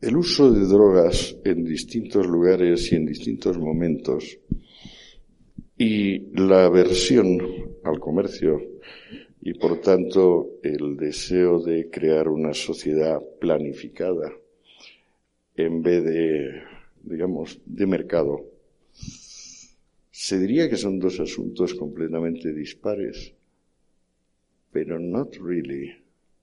El uso de drogas en distintos lugares y en distintos momentos y la aversión al comercio y, por tanto, el deseo de crear una sociedad planificada en vez de, digamos, de mercado, se diría que son dos asuntos completamente dispares, pero not really.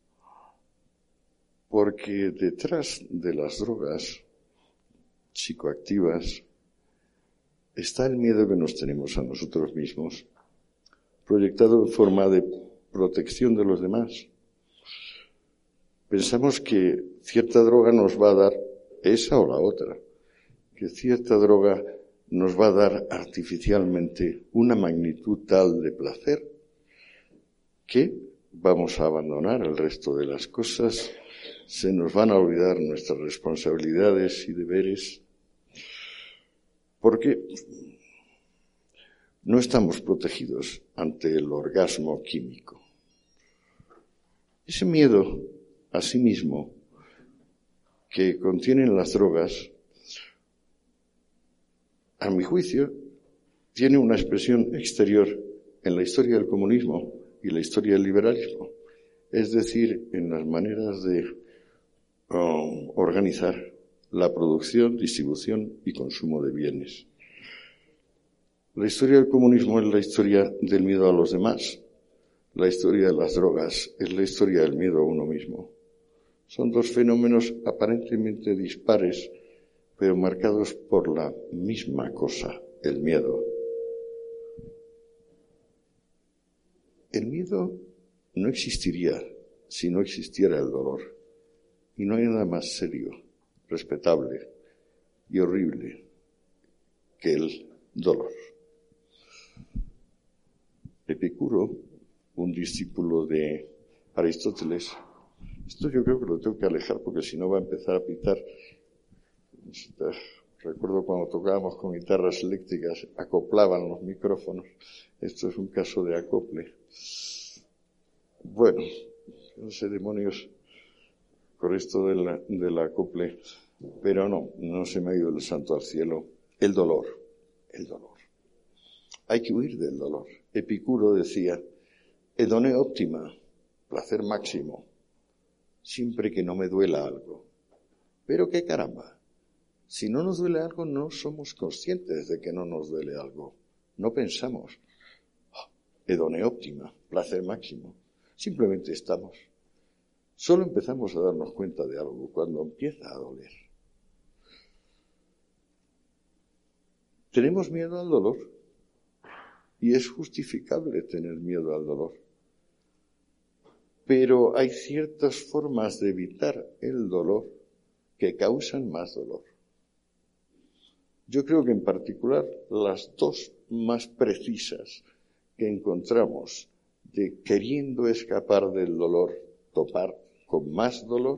Porque detrás de las drogas psicoactivas está el miedo que nos tenemos a nosotros mismos, proyectado en forma de protección de los demás. Pensamos que cierta droga nos va a dar esa o la otra, que cierta droga nos va a dar artificialmente una magnitud tal de placer que vamos a abandonar el resto de las cosas, se nos van a olvidar nuestras responsabilidades y deberes, porque no estamos protegidos ante el orgasmo químico. Ese miedo a sí mismo que contienen las drogas, a mi juicio, tiene una expresión exterior en la historia del comunismo y la historia del liberalismo, es decir, en las maneras de organizar la producción, distribución y consumo de bienes. La historia del comunismo es la historia del miedo a los demás. La historia de las drogas es la historia del miedo a uno mismo. Son dos fenómenos aparentemente dispares, pero marcados por la misma cosa, el miedo. El miedo no existiría si no existiera el dolor. Y no hay nada más serio, respetable y horrible que el dolor. Epicuro, un discípulo de Aristóteles, esto yo creo que lo tengo que alejar porque si no va a empezar a pitar. Recuerdo cuando tocábamos con guitarras eléctricas, acoplaban los micrófonos. Esto es un caso de acople. Bueno, no sé, demonios, por esto del acople, pero no se me ha ido el santo al cielo. El dolor. Hay que huir del dolor. Epicuro decía, hedone óptima, placer máximo, siempre que no me duela algo. Pero qué caramba, si no nos duele algo no somos conscientes de que no nos duele algo. No pensamos, hedone óptima, placer máximo, simplemente estamos. Solo empezamos a darnos cuenta de algo cuando empieza a doler. Tenemos miedo al dolor y es justificable tener miedo al dolor. Pero hay ciertas formas de evitar el dolor que causan más dolor. Yo creo que en particular las dos más precisas que encontramos de queriendo escapar del dolor, topar con más dolor,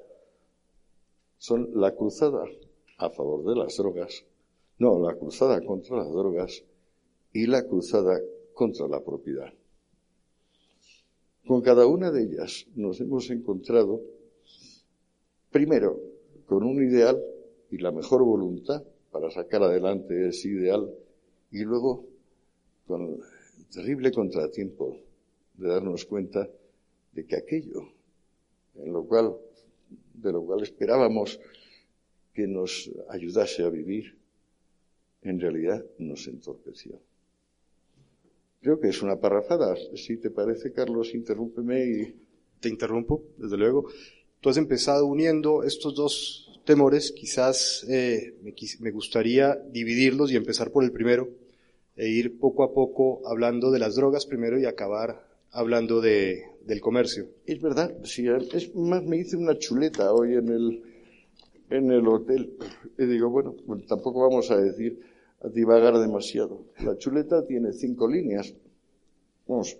son la cruzada a favor de las drogas, la cruzada contra las drogas y la cruzada contra la propiedad. Con cada una de ellas nos hemos encontrado, primero, con un ideal y la mejor voluntad para sacar adelante ese ideal, y luego con el terrible contratiempo de darnos cuenta de que aquello de lo cual esperábamos que nos ayudase a vivir, en realidad nos entorpeció. Creo que es una parrafada. Si te parece, Carlos, interrúmpeme y... Te interrumpo, desde luego. Tú has empezado uniendo estos dos temores. Quizás me gustaría dividirlos y empezar por el primero e ir poco a poco hablando de las drogas primero y acabar hablando del comercio. Es verdad, sí, es más, me hice una chuleta hoy en el hotel. Y digo, bueno, pues tampoco vamos a divagar demasiado. La chuleta tiene 5 líneas. Vamos.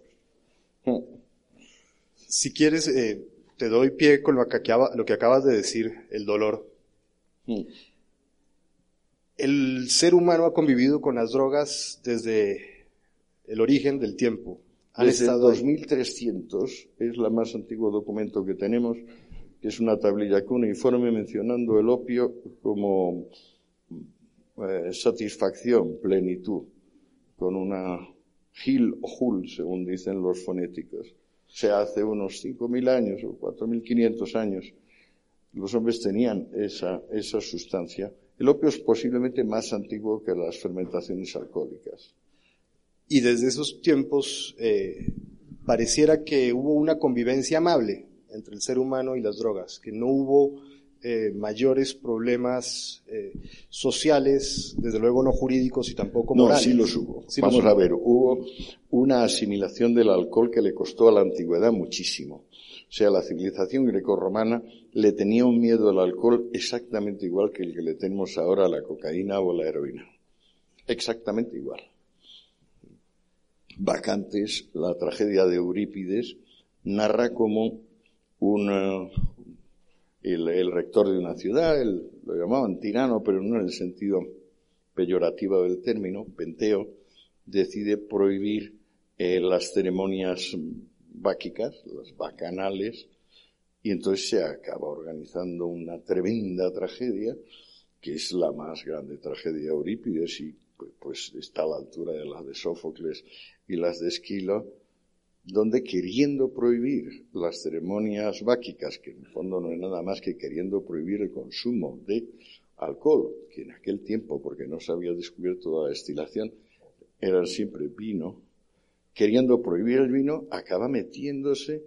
Si quieres, te doy pie con lo que acabas de decir, el dolor. El ser humano ha convivido con las drogas desde el origen del tiempo. Desde 2300, es el más antiguo documento que tenemos, que es una tablilla cuneiforme mencionando el opio como satisfacción, plenitud, con una gil o jul, según dicen los fonéticos. O sea, hace unos 5.000 años o 4.500 años, los hombres tenían esa sustancia. El opio es posiblemente más antiguo que las fermentaciones alcohólicas. Y desde esos tiempos pareciera que hubo una convivencia amable entre el ser humano y las drogas, que no hubo mayores problemas sociales, desde luego no jurídicos y tampoco morales. No, sí los hubo. Vamos a ver, hubo una asimilación del alcohol que le costó a la antigüedad muchísimo. O sea, la civilización grecorromana le tenía un miedo al alcohol exactamente igual que el que le tenemos ahora a la cocaína o la heroína. Exactamente igual. Bacantes, la tragedia de Eurípides, narra cómo el rector de una ciudad, lo llamaban tirano, pero no en el sentido peyorativo del término, Penteo, decide prohibir las ceremonias báquicas, las bacanales, y entonces se acaba organizando una tremenda tragedia, que es la más grande tragedia de Eurípides y pues está a la altura de las de Sófocles y las de Esquilo, donde queriendo prohibir las ceremonias báquicas, que en el fondo no es nada más que queriendo prohibir el consumo de alcohol, que en aquel tiempo, porque no se había descubierto la destilación, era siempre vino, queriendo prohibir el vino, acaba metiéndose,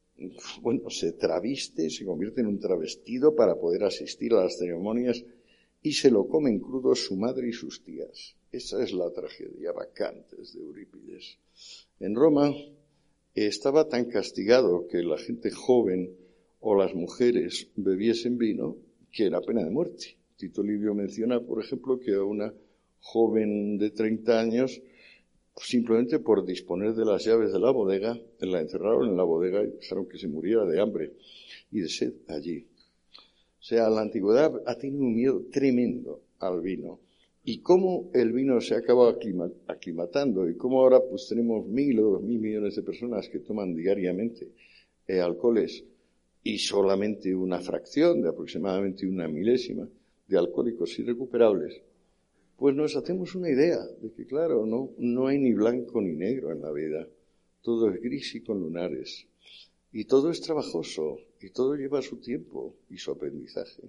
se traviste, se convierte en un travestido para poder asistir a las ceremonias y se lo comen crudo su madre y sus tías. Esa es la tragedia Bacantes de Eurípides. En Roma estaba tan castigado que la gente joven o las mujeres bebiesen vino que era pena de muerte. Tito Livio menciona, por ejemplo, que a una joven de 30 años, simplemente por disponer de las llaves de la bodega, la encerraron en la bodega y dejaron que se muriera de hambre y de sed allí. O sea, la antigüedad ha tenido un miedo tremendo al vino. Y cómo el vino se acaba aclimatando y cómo ahora pues tenemos 1.000 o 2.000 millones de personas que toman diariamente alcoholes y solamente una fracción de aproximadamente una milésima de alcohólicos irrecuperables, pues nos hacemos una idea de que, claro, no hay ni blanco ni negro en la vida. Todo es gris y con lunares. Y todo es trabajoso, y todo lleva su tiempo y su aprendizaje.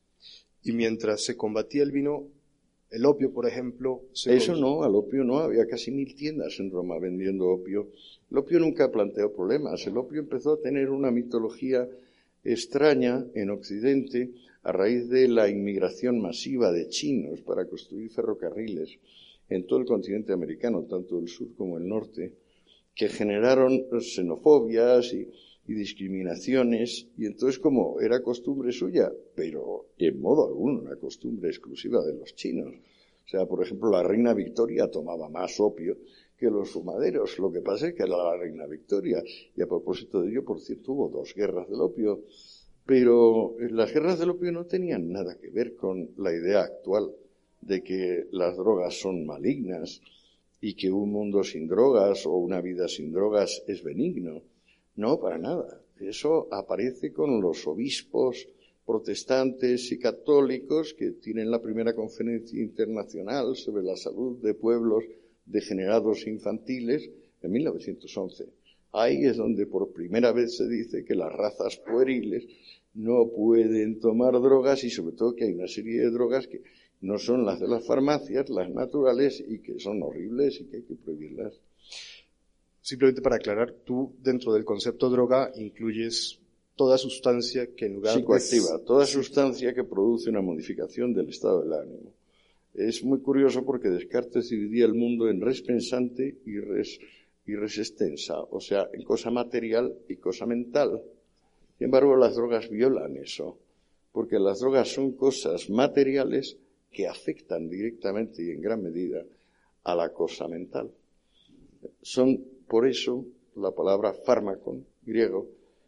Y mientras se combatía el vino, el opio, por ejemplo... Al opio no, había casi 1.000 tiendas en Roma vendiendo opio. El opio nunca planteó problemas. El opio empezó a tener una mitología extraña en Occidente a raíz de la inmigración masiva de chinos para construir ferrocarriles en todo el continente americano, tanto el sur como el norte, que generaron xenofobias y discriminaciones, y entonces como era costumbre suya, pero en modo alguno una costumbre exclusiva de los chinos. O sea, por ejemplo, la reina Victoria tomaba más opio que los fumaderos. Lo que pasa es que era la reina Victoria, y a propósito de ello, por cierto, hubo 2 guerras del opio, pero las guerras del opio no tenían nada que ver con la idea actual de que las drogas son malignas y que un mundo sin drogas o una vida sin drogas es benigno. No, para nada. Eso aparece con los obispos protestantes y católicos que tienen la primera conferencia internacional sobre la salud de pueblos degenerados infantiles en 1911. Ahí es donde por primera vez se dice que las razas pueriles no pueden tomar drogas y sobre todo que hay una serie de drogas que no son las de las farmacias, las naturales, y que son horribles y que hay que prohibirlas. Simplemente para aclarar, tú dentro del concepto droga incluyes toda sustancia que en lugar psicoactiva, toda sustancia que produce una modificación del estado del ánimo. Es muy curioso porque Descartes dividía el mundo en res pensante y res extensa, o sea, en cosa material y cosa mental. Sin embargo, las drogas violan eso, porque las drogas son cosas materiales que afectan directamente y en gran medida a la cosa mental. Son, por eso, la palabra fármacon, griego,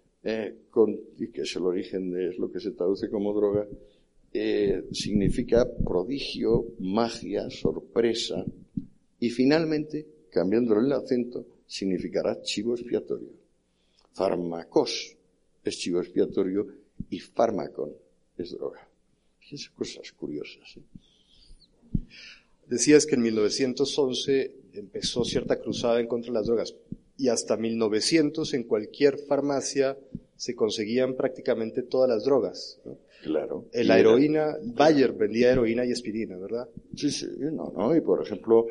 y que es el origen de lo que se traduce como droga, significa prodigio, magia, sorpresa, y finalmente, cambiándole el acento, significará chivo expiatorio. Fármacos es chivo expiatorio y fármacon es droga. Fíjense cosas curiosas, ¿eh? Decías que en 1911 empezó cierta cruzada en contra de las drogas y hasta 1900 en cualquier farmacia se conseguían prácticamente todas las drogas, ¿no? Claro. La heroína, Bayer vendía heroína y aspirina, ¿verdad? Sí, y por ejemplo,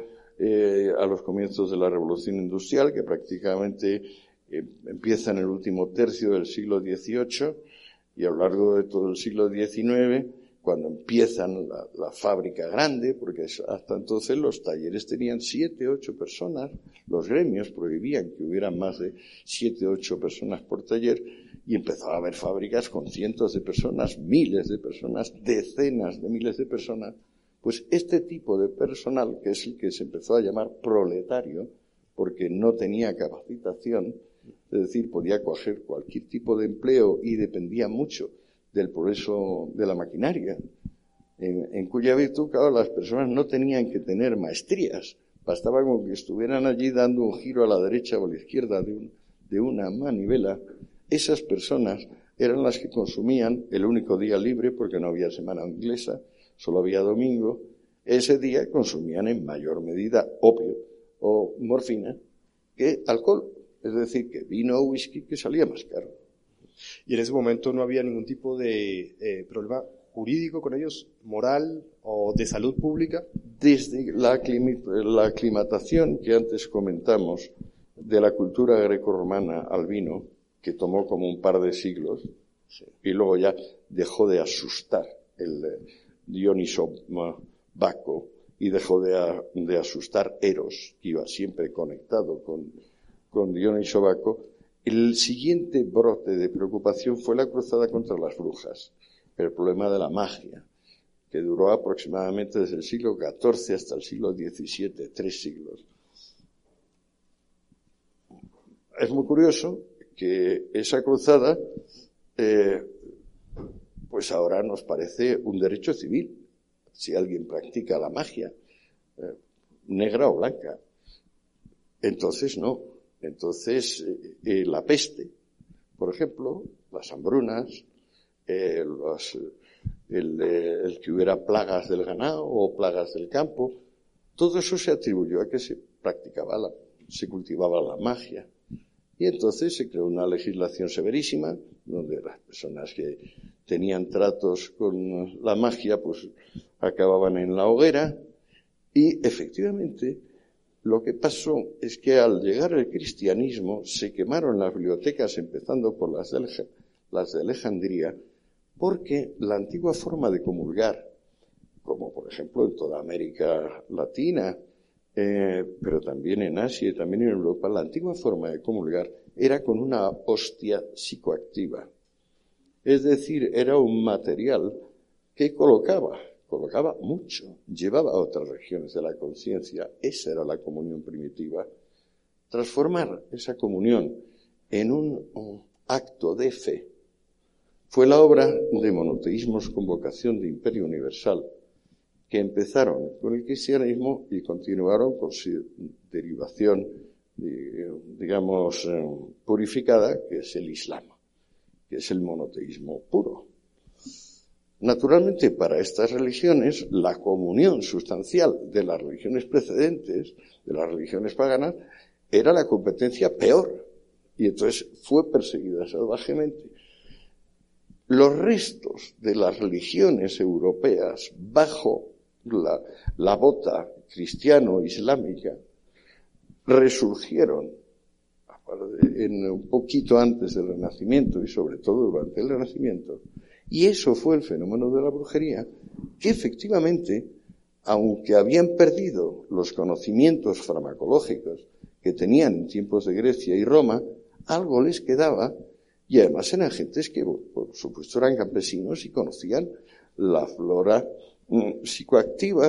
a los comienzos de la Revolución Industrial, que prácticamente empieza en el último tercio del siglo XVIII y a lo largo de todo el siglo XIX, cuando empiezan la fábrica grande, porque hasta entonces los talleres tenían 7, 8 personas, los gremios prohibían que hubiera más de 7, 8 personas por taller, y empezó a haber fábricas con cientos de personas, miles de personas, decenas de miles de personas. Pues este tipo de personal, que es el que se empezó a llamar proletario, porque no tenía capacitación, es decir, podía coger cualquier tipo de empleo y dependía mucho del progreso de la maquinaria, en cuya virtud, claro, las personas no tenían que tener maestrías, bastaba con que estuvieran allí dando un giro a la derecha o a la izquierda de una manivela. Esas personas eran las que consumían el único día libre, porque no había semana inglesa, solo había domingo. Ese día consumían en mayor medida opio o morfina que alcohol, es decir, que vino o whisky, que salía más caro. Y en ese momento no había ningún tipo de problema jurídico con ellos, moral o de salud pública. Desde la aclimatación que antes comentamos de la cultura grecorromana al vino, que tomó como un par de siglos, y luego ya dejó de asustar el Dioniso Baco y dejó de asustar Eros, que iba siempre conectado con Dioniso Baco. El siguiente brote de preocupación fue la cruzada contra las brujas, el problema de la magia, que duró aproximadamente desde el siglo XIV hasta el siglo XVII, 3 siglos. Es muy curioso que esa cruzada, pues ahora nos parece un derecho civil, si alguien practica la magia, negra o blanca. Entonces no. Entonces, la peste, por ejemplo, las hambrunas, el que hubiera plagas del ganado o plagas del campo, todo eso se atribuyó a que se cultivaba la magia. Y entonces se creó una legislación severísima, donde las personas que tenían tratos con la magia, pues acababan en la hoguera. Y efectivamente, lo que pasó es que al llegar el cristianismo se quemaron las bibliotecas, empezando por las de Alejandría, porque la antigua forma de comulgar, como por ejemplo en toda América Latina, pero también en Asia y también en Europa, la antigua forma de comulgar era con una hostia psicoactiva. Es decir, era un material que colocaba mucho, llevaba a otras regiones de la conciencia. Esa era la comunión primitiva. Transformar esa comunión en un acto de fe fue la obra de monoteísmos con vocación de imperio universal, que empezaron con el cristianismo y continuaron con su derivación, digamos, purificada, que es el Islam, que es el monoteísmo puro. Naturalmente, para estas religiones, la comunión sustancial de las religiones precedentes, de las religiones paganas, era la competencia peor, y entonces fue perseguida salvajemente. Los restos de las religiones europeas bajo la bota cristiano-islámica resurgieron un poquito antes del Renacimiento y sobre todo durante el Renacimiento. Y eso fue el fenómeno de la brujería, que efectivamente, aunque habían perdido los conocimientos farmacológicos que tenían en tiempos de Grecia y Roma, algo les quedaba, y además eran gentes que, por supuesto, eran campesinos y conocían la flora psicoactiva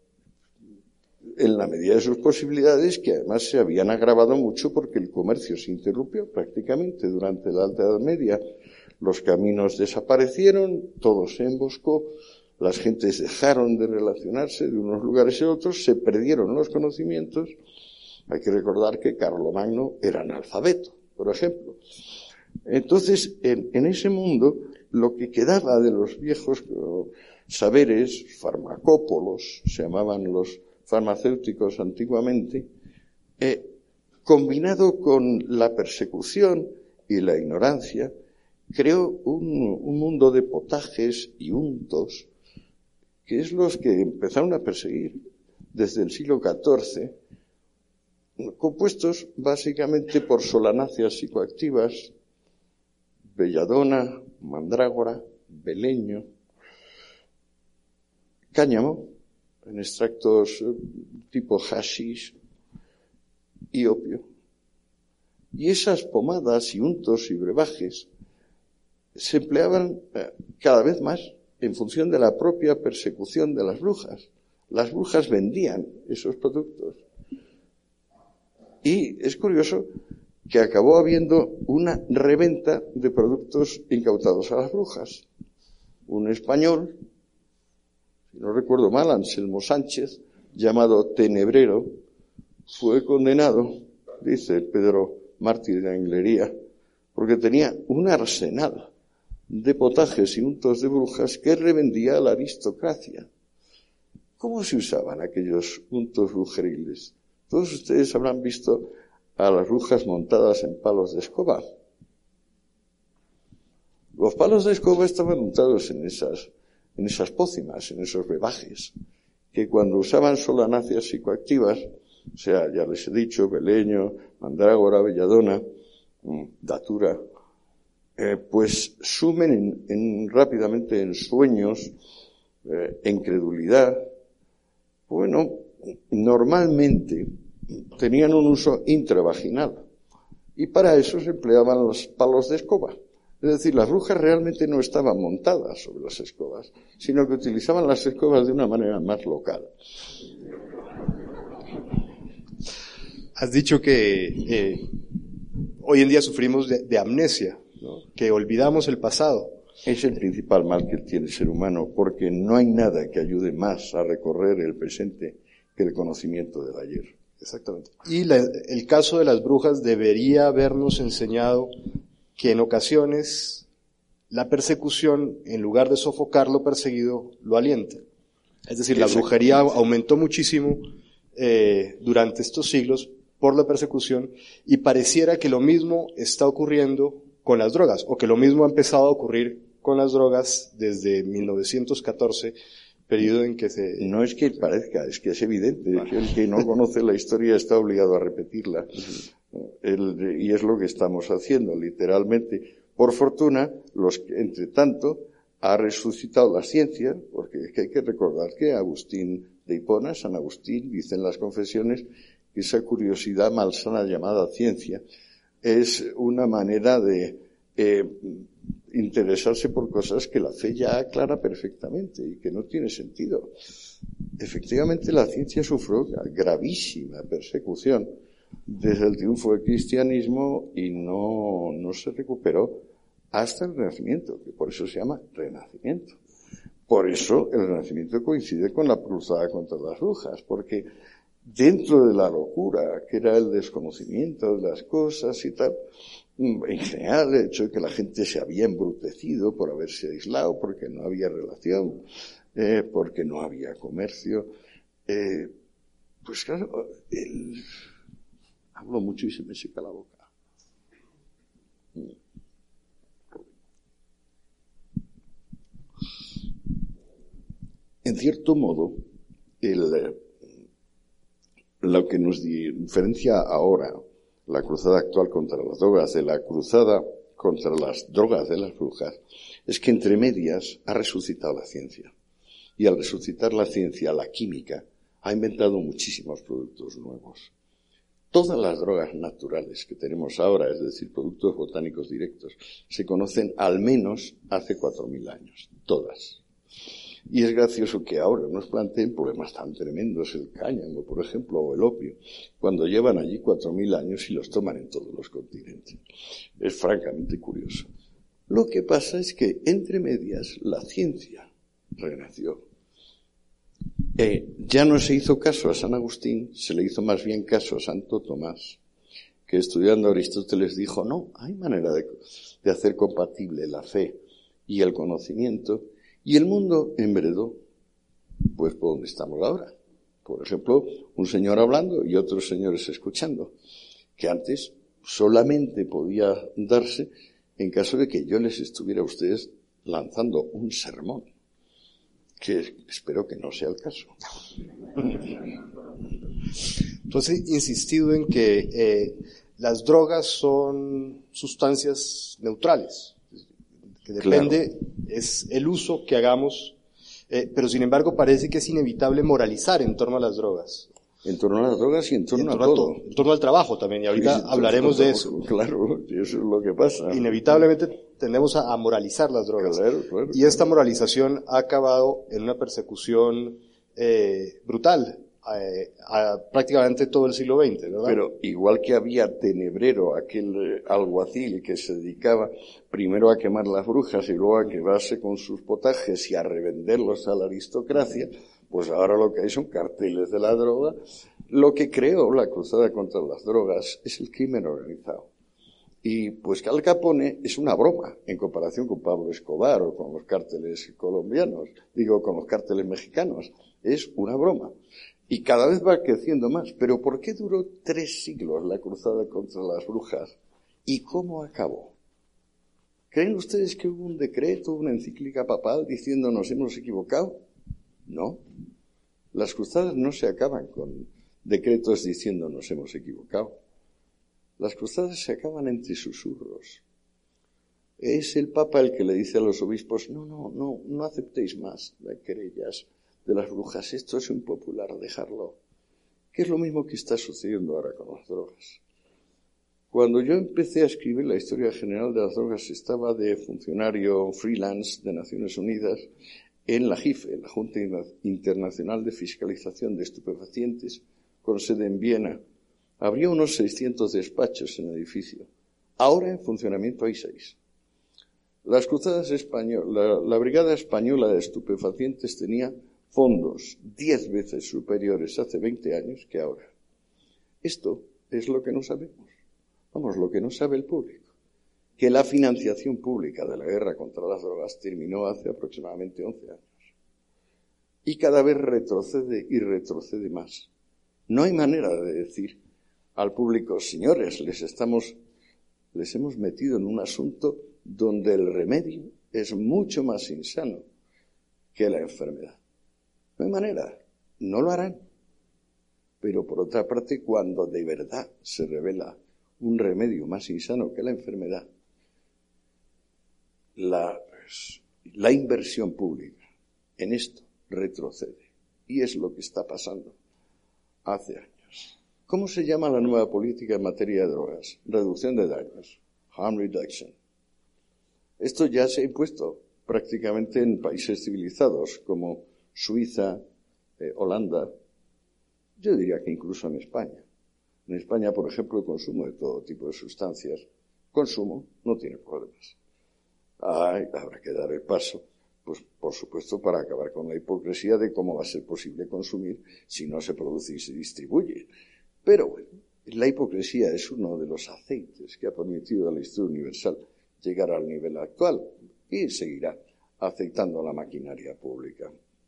en la medida de sus posibilidades, que además se habían agravado mucho porque el comercio se interrumpió prácticamente durante la Alta Edad Media. Los caminos desaparecieron, todo se emboscó, las gentes dejaron de relacionarse de unos lugares y otros, se perdieron los conocimientos. Hay que recordar que Carlomagno era analfabeto, por ejemplo. Entonces, en ese mundo, lo que quedaba de los viejos saberes, farmacópolos, se llamaban los farmacéuticos antiguamente, combinado con la persecución y la ignorancia, creó un mundo de potajes y untos, que es los que empezaron a perseguir desde el siglo XIV, compuestos básicamente por solanáceas psicoactivas, belladona, mandrágora, beleño, cáñamo, en extractos tipo hashish y opio. Y esas pomadas y untos y brebajes se empleaban cada vez más en función de la propia persecución de las brujas. Las brujas vendían esos productos. Y es curioso que acabó habiendo una reventa de productos incautados a las brujas. Un español, si no recuerdo mal, Anselmo Sánchez, llamado Tenebrero, fue condenado, dice Pedro Mártir de Anglería, porque tenía un arsenal de potajes y untos de brujas que revendía a la aristocracia. ¿Cómo se usaban aquellos untos brujeriles? Todos ustedes habrán visto a las brujas montadas en palos de escoba. Los palos de escoba estaban montados en esas pócimas, en esos brebajes, que cuando usaban solanáceas psicoactivas, o sea, ya les he dicho, beleño, mandrágora, belladona, datura, pues sumen rápidamente en sueños, en credulidad. Bueno, normalmente tenían un uso intravaginal y para eso se empleaban los palos de escoba. Es decir, las brujas realmente no estaban montadas sobre las escobas, sino que utilizaban las escobas de una manera más local. Has dicho que hoy en día sufrimos de amnesia, ¿no? Que olvidamos el pasado. Es el principal mal que tiene el ser humano, porque no hay nada que ayude más a recorrer el presente que el conocimiento del ayer. Exactamente. Y el caso de las brujas debería habernos enseñado que en ocasiones la persecución, en lugar de sofocar lo perseguido, lo alienta. Es decir, la brujería aumentó muchísimo durante estos siglos por la persecución y pareciera que lo mismo está ocurriendo con las drogas, o que lo mismo ha empezado a ocurrir con las drogas desde 1914, periodo en que se... No es que parezca, es que es evidente, que el que no conoce la historia está obligado a repetirla. Y es lo que estamos haciendo, literalmente. Por fortuna, entre tanto, ha resucitado la ciencia, porque es que hay que recordar que Agustín de Hipona, San Agustín, dice en las confesiones que esa curiosidad malsana llamada ciencia es una manera de interesarse por cosas que la fe ya aclara perfectamente y que no tiene sentido. Efectivamente, la ciencia sufrió gravísima persecución desde el triunfo del cristianismo y no se recuperó hasta el Renacimiento, que por eso se llama Renacimiento. Por eso el Renacimiento coincide con la cruzada contra las brujas, porque dentro de la locura, que era el desconocimiento de las cosas y tal, en general el hecho de que la gente se había embrutecido por haberse aislado, porque no había relación, porque no había comercio, pues claro, hablo mucho y se me seca la boca. En cierto modo, lo que nos diferencia ahora la cruzada actual contra las drogas de la cruzada contra las drogas de las brujas es que entre medias ha resucitado la ciencia. Y al resucitar la ciencia, la química ha inventado muchísimos productos nuevos. Todas las drogas naturales que tenemos ahora, es decir, productos botánicos directos, se conocen al menos hace 4.000 años. Todas. Y es gracioso que ahora nos planteen problemas tan tremendos, el cáñamo, por ejemplo, o el opio, cuando llevan allí 4.000 años y los toman en todos los continentes. Es francamente curioso. Lo que pasa es que, entre medias, la ciencia renació. Ya no se hizo caso a San Agustín, se le hizo más bien caso a Santo Tomás, que estudiando a Aristóteles dijo, no, hay manera de hacer compatible la fe y el conocimiento, y el mundo enveredó, pues por donde estamos ahora. Por ejemplo, un señor hablando y otros señores escuchando, que antes solamente podía darse en caso de que yo les estuviera a ustedes lanzando un sermón, que espero que no sea el caso. Entonces, he insistido en que las drogas son sustancias neutrales, que depende, claro, es el uso que hagamos, pero sin embargo parece que es inevitable moralizar en torno a las drogas. En torno a las drogas y en torno a todo. En torno al trabajo también, y ahorita hablaremos de eso. Claro, eso es lo que pasa. Inevitablemente tendemos a moralizar las drogas. Claro, y esta moralización ha acabado en una persecución brutal a prácticamente todo el siglo XX, ¿verdad? Pero igual que había Tenebrero, aquel alguacil que se dedicaba primero a quemar las brujas y luego a quedarse con sus potajes y a revenderlos a la aristocracia, pues ahora lo que hay son carteles de la droga. Lo que creó la cruzada contra las drogas es el crimen organizado. Y pues Al Capone es una broma en comparación con Pablo Escobar o con los cárteles colombianos, con los cárteles mexicanos. Es una broma. Y cada vez va creciendo más. Pero ¿por qué duró 3 siglos la cruzada contra las brujas? ¿Y cómo acabó? ¿Creen ustedes que hubo un decreto, una encíclica papal diciendo nos hemos equivocado? No. Las cruzadas no se acaban con decretos diciendo nos hemos equivocado. Las cruzadas se acaban entre susurros. Es el Papa el que le dice a los obispos, no aceptéis más las querellas de las brujas, esto es impopular, dejarlo. Que es lo mismo que está sucediendo ahora con las drogas. Cuando yo empecé a escribir la historia general de las drogas, estaba de funcionario freelance de Naciones Unidas en la JIFE, la Junta Internacional de Fiscalización de Estupefacientes, con sede en Viena. Habría unos 600 despachos en el edificio. Ahora en funcionamiento hay 6. Las cruzadas españolas, la Brigada Española de Estupefacientes tenía fondos 10 veces superiores hace 20 años que ahora. Esto es lo que no sabemos. Vamos, lo que no sabe el público. Que la financiación pública de la guerra contra las drogas terminó hace aproximadamente 11 años. Y cada vez retrocede y retrocede más. No hay manera de decir al público, señores, les hemos metido en un asunto donde el remedio es mucho más insano que la enfermedad. No hay manera, no lo harán. Pero por otra parte, cuando de verdad se revela un remedio más insano que la enfermedad, la inversión pública en esto retrocede. Y es lo que está pasando hace años. ¿Cómo se llama la nueva política en materia de drogas? Reducción de daños. Harm reduction. Esto ya se ha impuesto prácticamente en países civilizados como Suiza, Holanda. Yo diría que incluso en España. En España, por ejemplo, el consumo de todo tipo de sustancias, consumo, no tiene problemas. Habrá que dar el paso, pues por supuesto, para acabar con la hipocresía de cómo va a ser posible consumir si no se produce y se distribuye. Pero bueno, la hipocresía es uno de los aceites que ha permitido a la historia universal llegar al nivel actual y seguirá aceitando la maquinaria pública.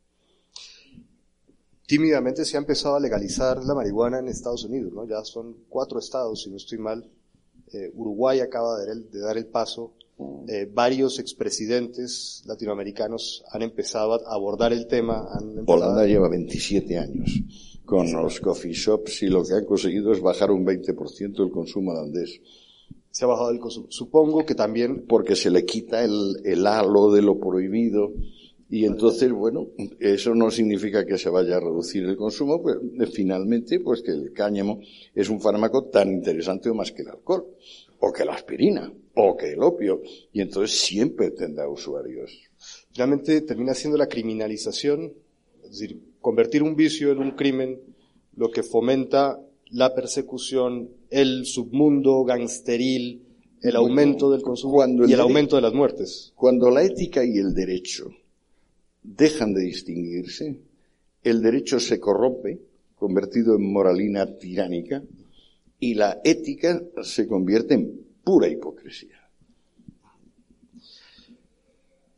Tímidamente se ha empezado a legalizar la marihuana en Estados Unidos, ¿no? Ya son 4 estados, si no estoy mal. Uruguay acaba de dar el paso. Varios expresidentes latinoamericanos han empezado a abordar el tema. Holanda lleva 27 años con los coffee shops y lo que han conseguido es bajar un 20% el consumo holandés. Se ha bajado el consumo. Supongo que también... Porque se le quita el halo de lo prohibido. Y entonces, bueno, eso no significa que se vaya a reducir el consumo, pues finalmente, pues que el cáñamo es un fármaco tan interesante o más que el alcohol, o que la aspirina, o que el opio, y entonces siempre tendrá usuarios. Finalmente termina siendo la criminalización, es decir, convertir un vicio en un crimen, lo que fomenta la persecución, el submundo gangsteril, el aumento del consumo y el aumento de las muertes. Cuando la ética y el derecho dejan de distinguirse, el derecho se corrompe, convertido en moralina tiránica, y la ética se convierte en pura hipocresía.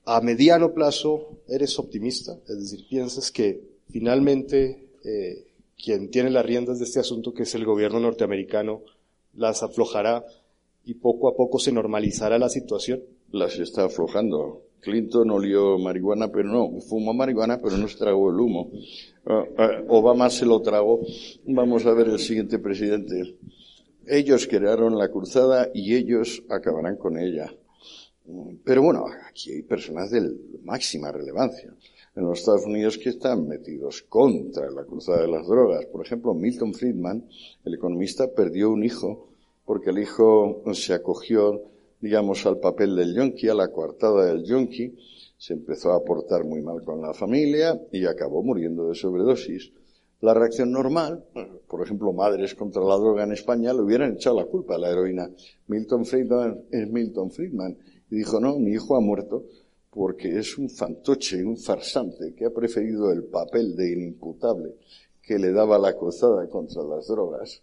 A mediano plazo, ¿eres optimista? Es decir, ¿piensas que finalmente quien tiene las riendas de este asunto, que es el gobierno norteamericano, las aflojará y poco a poco se normalizará la situación? Las está aflojando. Clinton olió marihuana, pero no, fumó marihuana, pero no se tragó el humo. Obama se lo tragó. Vamos a ver el siguiente presidente. Ellos crearon la cruzada y ellos acabarán con ella. Pero bueno, aquí hay personas de máxima relevancia en los Estados Unidos que están metidos contra la cruzada de las drogas. Por ejemplo, Milton Friedman, el economista, perdió un hijo porque el hijo se acogió, digamos, al papel del yonki, a la coartada del yonki, se empezó a portar muy mal con la familia y acabó muriendo de sobredosis. La reacción normal, por ejemplo, madres contra la droga en España le hubieran echado la culpa a la heroína. Milton Friedman es Milton Friedman. Y dijo, no, mi hijo ha muerto porque es un fantoche, un farsante que ha preferido el papel de inimputable que le daba la cruzada contra las drogas.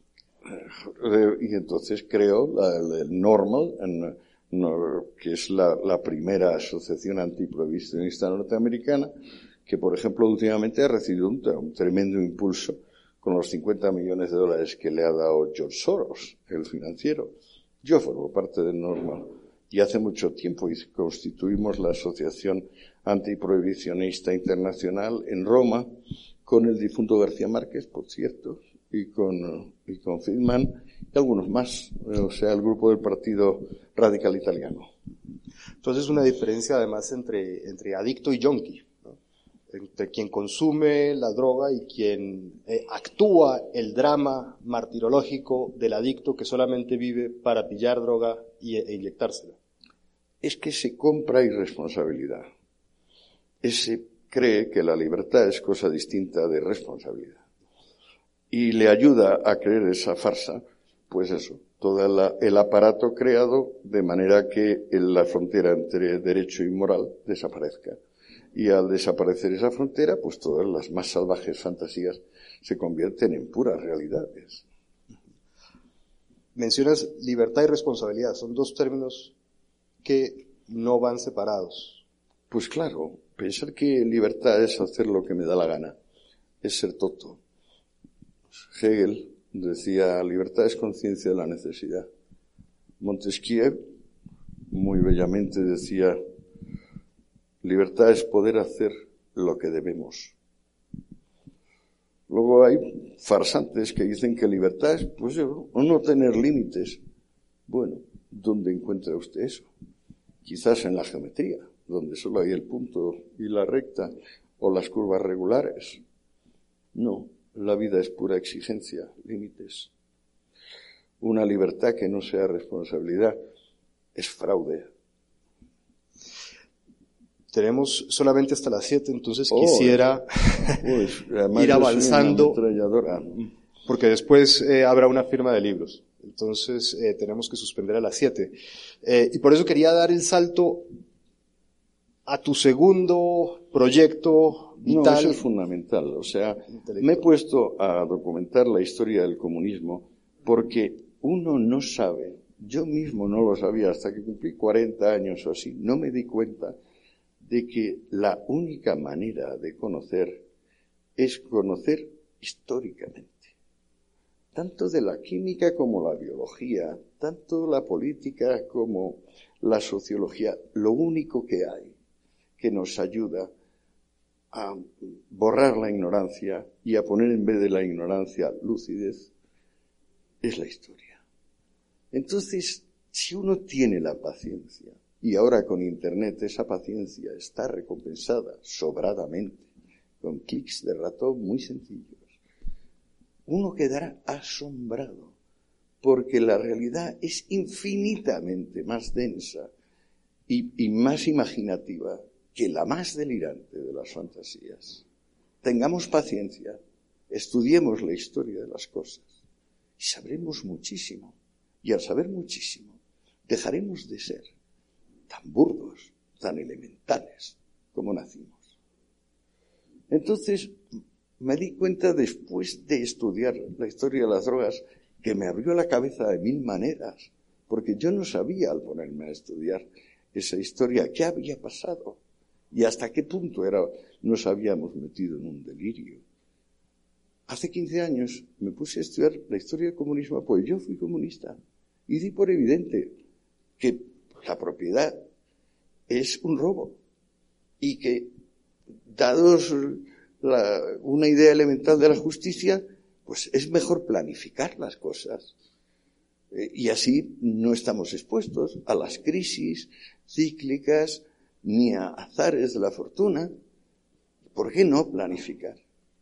Y entonces creó el Normal, que es la primera asociación antiprohibicionista norteamericana, que por ejemplo últimamente ha recibido un tremendo impulso con los $50 millones que le ha dado George Soros, el financiero. Yo formo parte del Normal. Y hace mucho tiempo constituimos la Asociación Antiprohibicionista Internacional en Roma, con el difunto García Márquez, por cierto, y con Friedman y algunos más, o sea, el grupo del Partido Radical Italiano. Entonces, una diferencia además entre adicto y yonki, ¿no? Entre quien consume la droga y quien actúa el drama martirológico del adicto que solamente vive para pillar droga e inyectársela. Es que se compra irresponsabilidad. Ese cree que la libertad es cosa distinta de responsabilidad. Y le ayuda a creer esa farsa, pues eso, todo el aparato creado de manera que la frontera entre derecho y moral desaparezca. Y al desaparecer esa frontera, pues todas las más salvajes fantasías se convierten en puras realidades. Mencionas libertad y responsabilidad, son dos términos que no van separados. Pues claro, pensar que libertad es hacer lo que me da la gana, es ser tonto. Hegel decía, libertad es conciencia de la necesidad. Montesquieu, muy bellamente, decía, libertad es poder hacer lo que debemos. Luego hay farsantes que dicen que libertad es, pues, no tener límites. Bueno, ¿dónde encuentra usted eso? Quizás en la geometría, donde solo hay el punto y la recta, o las curvas regulares. No, la vida es pura exigencia, límites. Una libertad que no sea responsabilidad es fraude. Tenemos solamente hasta las 7, entonces quisiera pues, ir avanzando, porque después habrá una firma de libros. Entonces tenemos que suspender a las 7. Y por eso quería dar el salto a tu segundo proyecto vital. No, eso es fundamental. O sea, me he puesto a documentar la historia del comunismo porque uno no sabe, yo mismo no lo sabía hasta que cumplí 40 años o así, no me di cuenta de que la única manera de conocer es conocer históricamente. Tanto de la química como la biología, tanto la política como la sociología, lo único que hay que nos ayuda a borrar la ignorancia y a poner en vez de la ignorancia lucidez, es la historia. Entonces, si uno tiene la paciencia, y ahora con Internet esa paciencia está recompensada sobradamente, con clics de ratón muy sencillos, uno quedará asombrado, porque la realidad es infinitamente más densa y más imaginativa que la más delirante de las fantasías. Tengamos paciencia, estudiemos la historia de las cosas y sabremos muchísimo. Y al saber muchísimo, dejaremos de ser tan burdos, tan elementales como nacimos. Entonces, me di cuenta después de estudiar la historia de las drogas que me abrió la cabeza de 1000 maneras, porque yo no sabía al ponerme a estudiar esa historia, qué había pasado y hasta qué punto nos habíamos metido en un delirio. Hace 15 años me puse a estudiar la historia del comunismo, pues yo fui comunista y di por evidente que la propiedad es un robo y que, dados una idea elemental de la justicia, pues es mejor planificar las cosas. Y así no estamos expuestos a las crisis cíclicas ni a azares de la fortuna. ¿Por qué no planificar?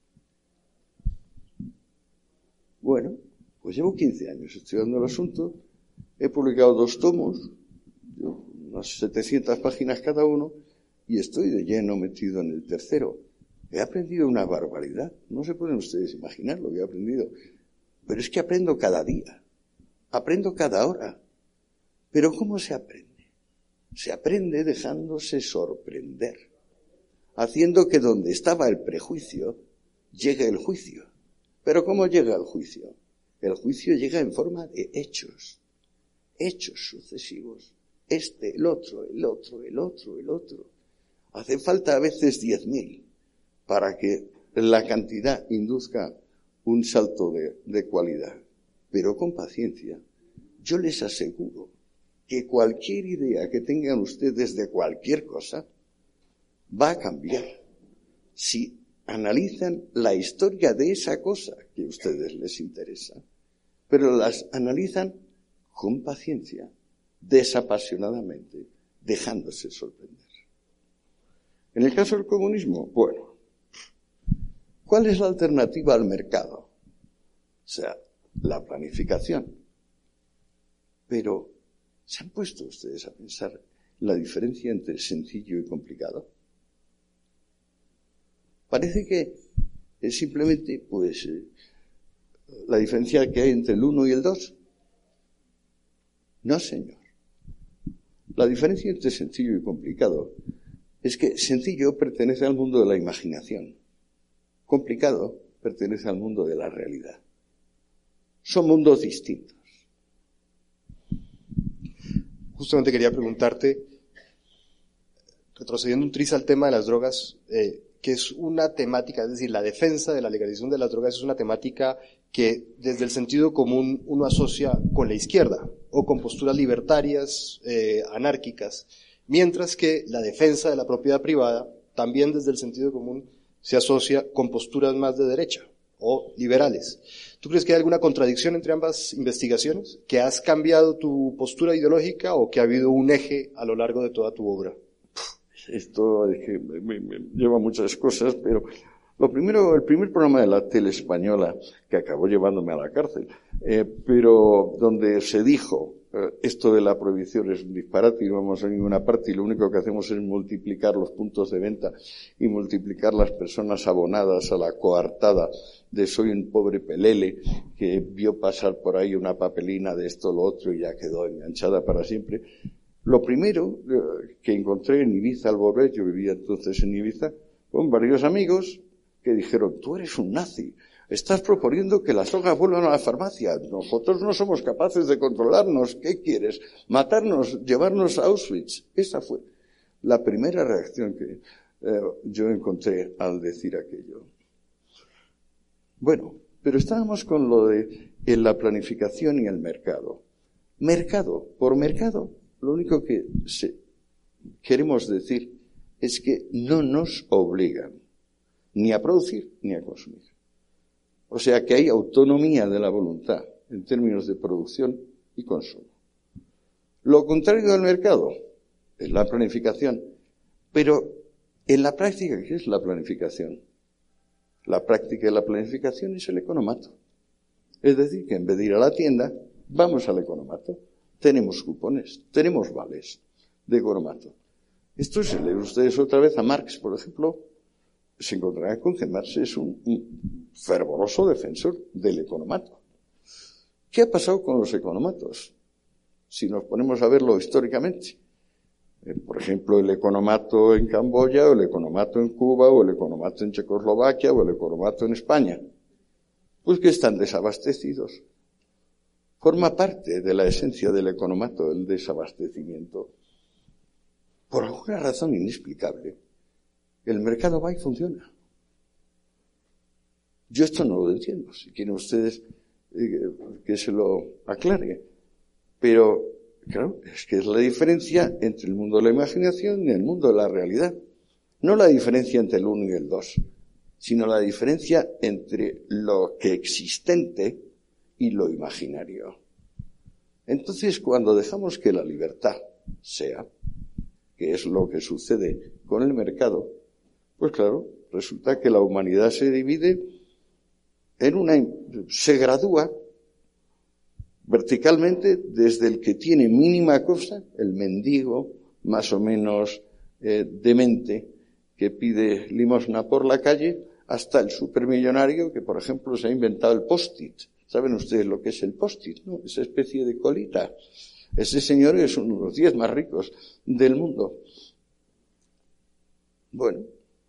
Bueno, pues llevo 15 años estudiando el asunto, he publicado 2 tomos, unas 700 páginas cada uno, y estoy de lleno metido en el tercero. He aprendido una barbaridad, no se pueden ustedes imaginar lo que he aprendido, pero es que aprendo cada día, aprendo cada hora. Pero ¿cómo se aprende? Se aprende dejándose sorprender, haciendo que donde estaba el prejuicio llegue el juicio. Pero ¿cómo llega el juicio? El juicio llega en forma de hechos sucesivos. El otro, el otro, el otro, el otro. Hace falta a veces 10.000 para que la cantidad induzca un salto de cualidad. Pero con paciencia, yo les aseguro que cualquier idea que tengan ustedes de cualquier cosa va a cambiar si analizan la historia de esa cosa que a ustedes les interesa, pero las analizan con paciencia, desapasionadamente, dejándose sorprender. En el caso del comunismo, bueno, ¿cuál es la alternativa al mercado? O sea, la planificación. Pero, ¿se han puesto ustedes a pensar la diferencia entre sencillo y complicado? Parece que es simplemente, la diferencia que hay entre el 1 y el 2. No, señor. La diferencia entre sencillo y complicado es que sencillo pertenece al mundo de la imaginación. Complicado pertenece al mundo de la realidad. Son mundos distintos. Justamente quería preguntarte, retrocediendo un tris al tema de las drogas, que es una temática, es decir, la defensa de la legalización de las drogas es una temática que desde el sentido común uno asocia con la izquierda o con posturas libertarias, anárquicas, mientras que la defensa de la propiedad privada también desde el sentido común se asocia con posturas más de derecha o liberales. ¿Tú crees que hay alguna contradicción entre ambas investigaciones? ¿Que has cambiado tu postura ideológica o que ha habido un eje a lo largo de toda tu obra? Esto es que me lleva muchas cosas, pero lo primero, el primer programa de la tele española, que acabó llevándome a la cárcel, pero donde se dijo, esto de la prohibición es un disparate y no vamos a ninguna parte y lo único que hacemos es multiplicar los puntos de venta y multiplicar las personas abonadas a la coartada de soy un pobre pelele que vio pasar por ahí una papelina de esto, lo otro y ya quedó enganchada para siempre. Lo primero que encontré en Ibiza al volver, yo vivía entonces en Ibiza, con varios amigos que dijeron, tú eres un nazi, estás proponiendo que las drogas vuelvan a la farmacia, nosotros no somos capaces de controlarnos, ¿qué quieres? ¿Matarnos? ¿Llevarnos a Auschwitz? Esa fue la primera reacción que yo encontré al decir aquello. Bueno, pero estábamos con lo de la planificación y el mercado. Mercado, por mercado, lo único que queremos decir es que no nos obligan ni a producir ni a consumir. O sea que hay autonomía de la voluntad en términos de producción y consumo. Lo contrario del mercado es la planificación. Pero en la práctica, ¿qué es la planificación? La práctica de la planificación es el economato. Es decir, que en vez de ir a la tienda, vamos al economato. Tenemos cupones, tenemos vales de economato. Esto, si leen ustedes otra vez a Marx, por ejemplo, se encontrarán con que Marx es un fervoroso defensor del economato. ¿Qué ha pasado con los economatos? Si nos ponemos a verlo históricamente. Por ejemplo, el economato en Camboya, o el economato en Cuba, o el economato en Checoslovaquia, o el economato en España. Pues que están desabastecidos. Forma parte de la esencia del economato, el desabastecimiento. por alguna razón inexplicable, el mercado va y funciona. Yo esto no lo entiendo, si quieren ustedes que se lo aclare. Pero, claro, es que es la diferencia entre el mundo de la imaginación y el mundo de la realidad. No la diferencia entre el 1 y el 2, sino la diferencia entre lo que existente y lo imaginario. Entonces, cuando dejamos que la libertad sea, que es lo que sucede con el mercado, pues claro, resulta que la humanidad se divide se gradúa verticalmente desde el que tiene mínima cosa, el mendigo más o menos demente que pide limosna por la calle, hasta el supermillonario que, por ejemplo, se ha inventado el post-it. ¿Saben ustedes lo que es el post-it, no? Esa especie de colita. Ese señor es uno de los 10 más ricos del mundo. Bueno,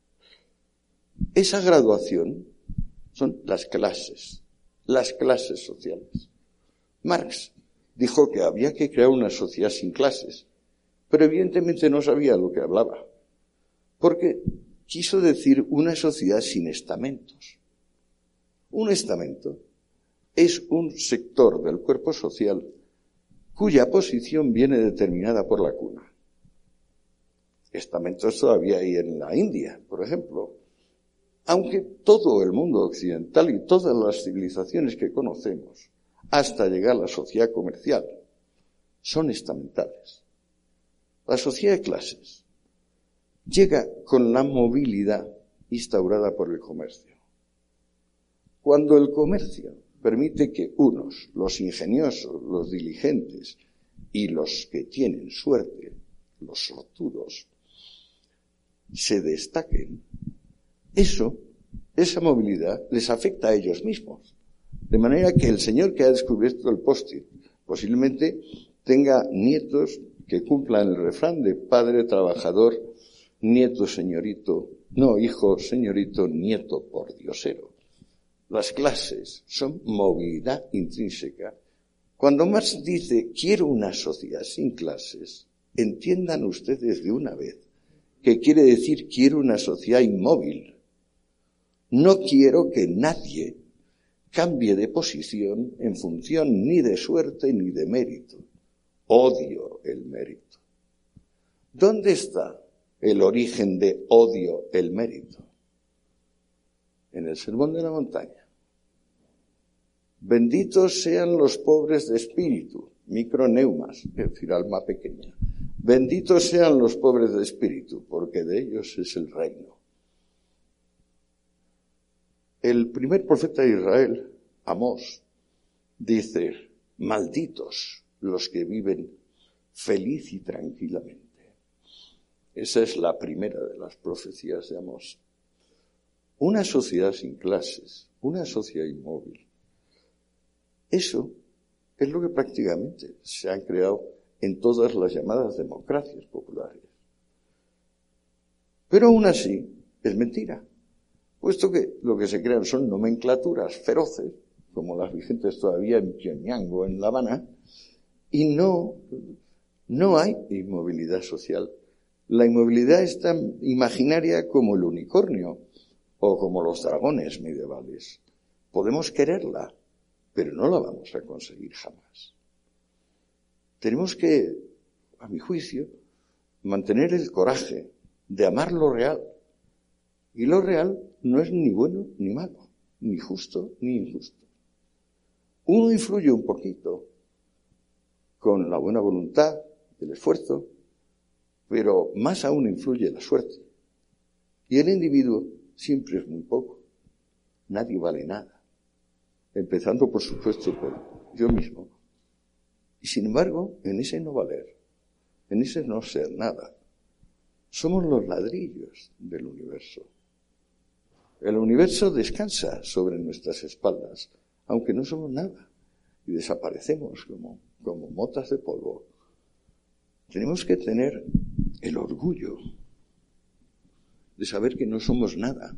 esa graduación son las clases sociales. Marx dijo que había que crear una sociedad sin clases, pero evidentemente no sabía lo que hablaba, porque quiso decir una sociedad sin estamentos. Un estamento es un sector del cuerpo social cuya posición viene determinada por la cuna. Estamentos todavía hay en la India, por ejemplo. Aunque todo el mundo occidental y todas las civilizaciones que conocemos, hasta llegar a la sociedad comercial, son estamentales. La sociedad de clases llega con la movilidad instaurada por el comercio. Cuando el comercio permite que unos, los ingeniosos, los diligentes y los que tienen suerte, los sortudos, se destaquen, esa movilidad les afecta a ellos mismos. De manera que el señor que ha descubierto el post-it posiblemente tenga nietos que cumplan el refrán de padre trabajador, nieto señorito, no hijo señorito, nieto pordiosero. Las clases son movilidad intrínseca. Cuando Marx dice quiero una sociedad sin clases, entiendan ustedes de una vez que quiere decir quiero una sociedad inmóvil. No quiero que nadie cambie de posición en función ni de suerte ni de mérito. Odio el mérito. ¿Dónde está el origen de odio el mérito? En el Sermón de la Montaña. Benditos sean los pobres de espíritu, microneumas, es decir, alma pequeña. Benditos sean los pobres de espíritu, porque de ellos es el reino. El primer profeta de Israel, Amós, dice, malditos los que viven feliz y tranquilamente. Esa es la primera de las profecías de Amós. Una sociedad sin clases, una sociedad inmóvil. Eso es lo que prácticamente se han creado en todas las llamadas democracias populares. Pero aún así es mentira, puesto que lo que se crean son nomenclaturas feroces, como las vigentes todavía en Pyongyang o en La Habana, y no hay inmovilidad social. La inmovilidad es tan imaginaria como el unicornio o como los dragones medievales. Podemos quererla, pero no la vamos a conseguir jamás. Tenemos que, a mi juicio, mantener el coraje de amar lo real. Y lo real no es ni bueno ni malo, ni justo ni injusto. Uno influye un poquito con la buena voluntad, el esfuerzo, pero más aún influye la suerte. Y el individuo siempre es muy poco. Nadie vale nada. Empezando, por supuesto, por yo mismo. Y sin embargo, en ese no valer, en ese no ser nada, somos los ladrillos del universo. El universo descansa sobre nuestras espaldas, aunque no somos nada, y desaparecemos como motas de polvo. Tenemos que tener el orgullo de saber que no somos nada.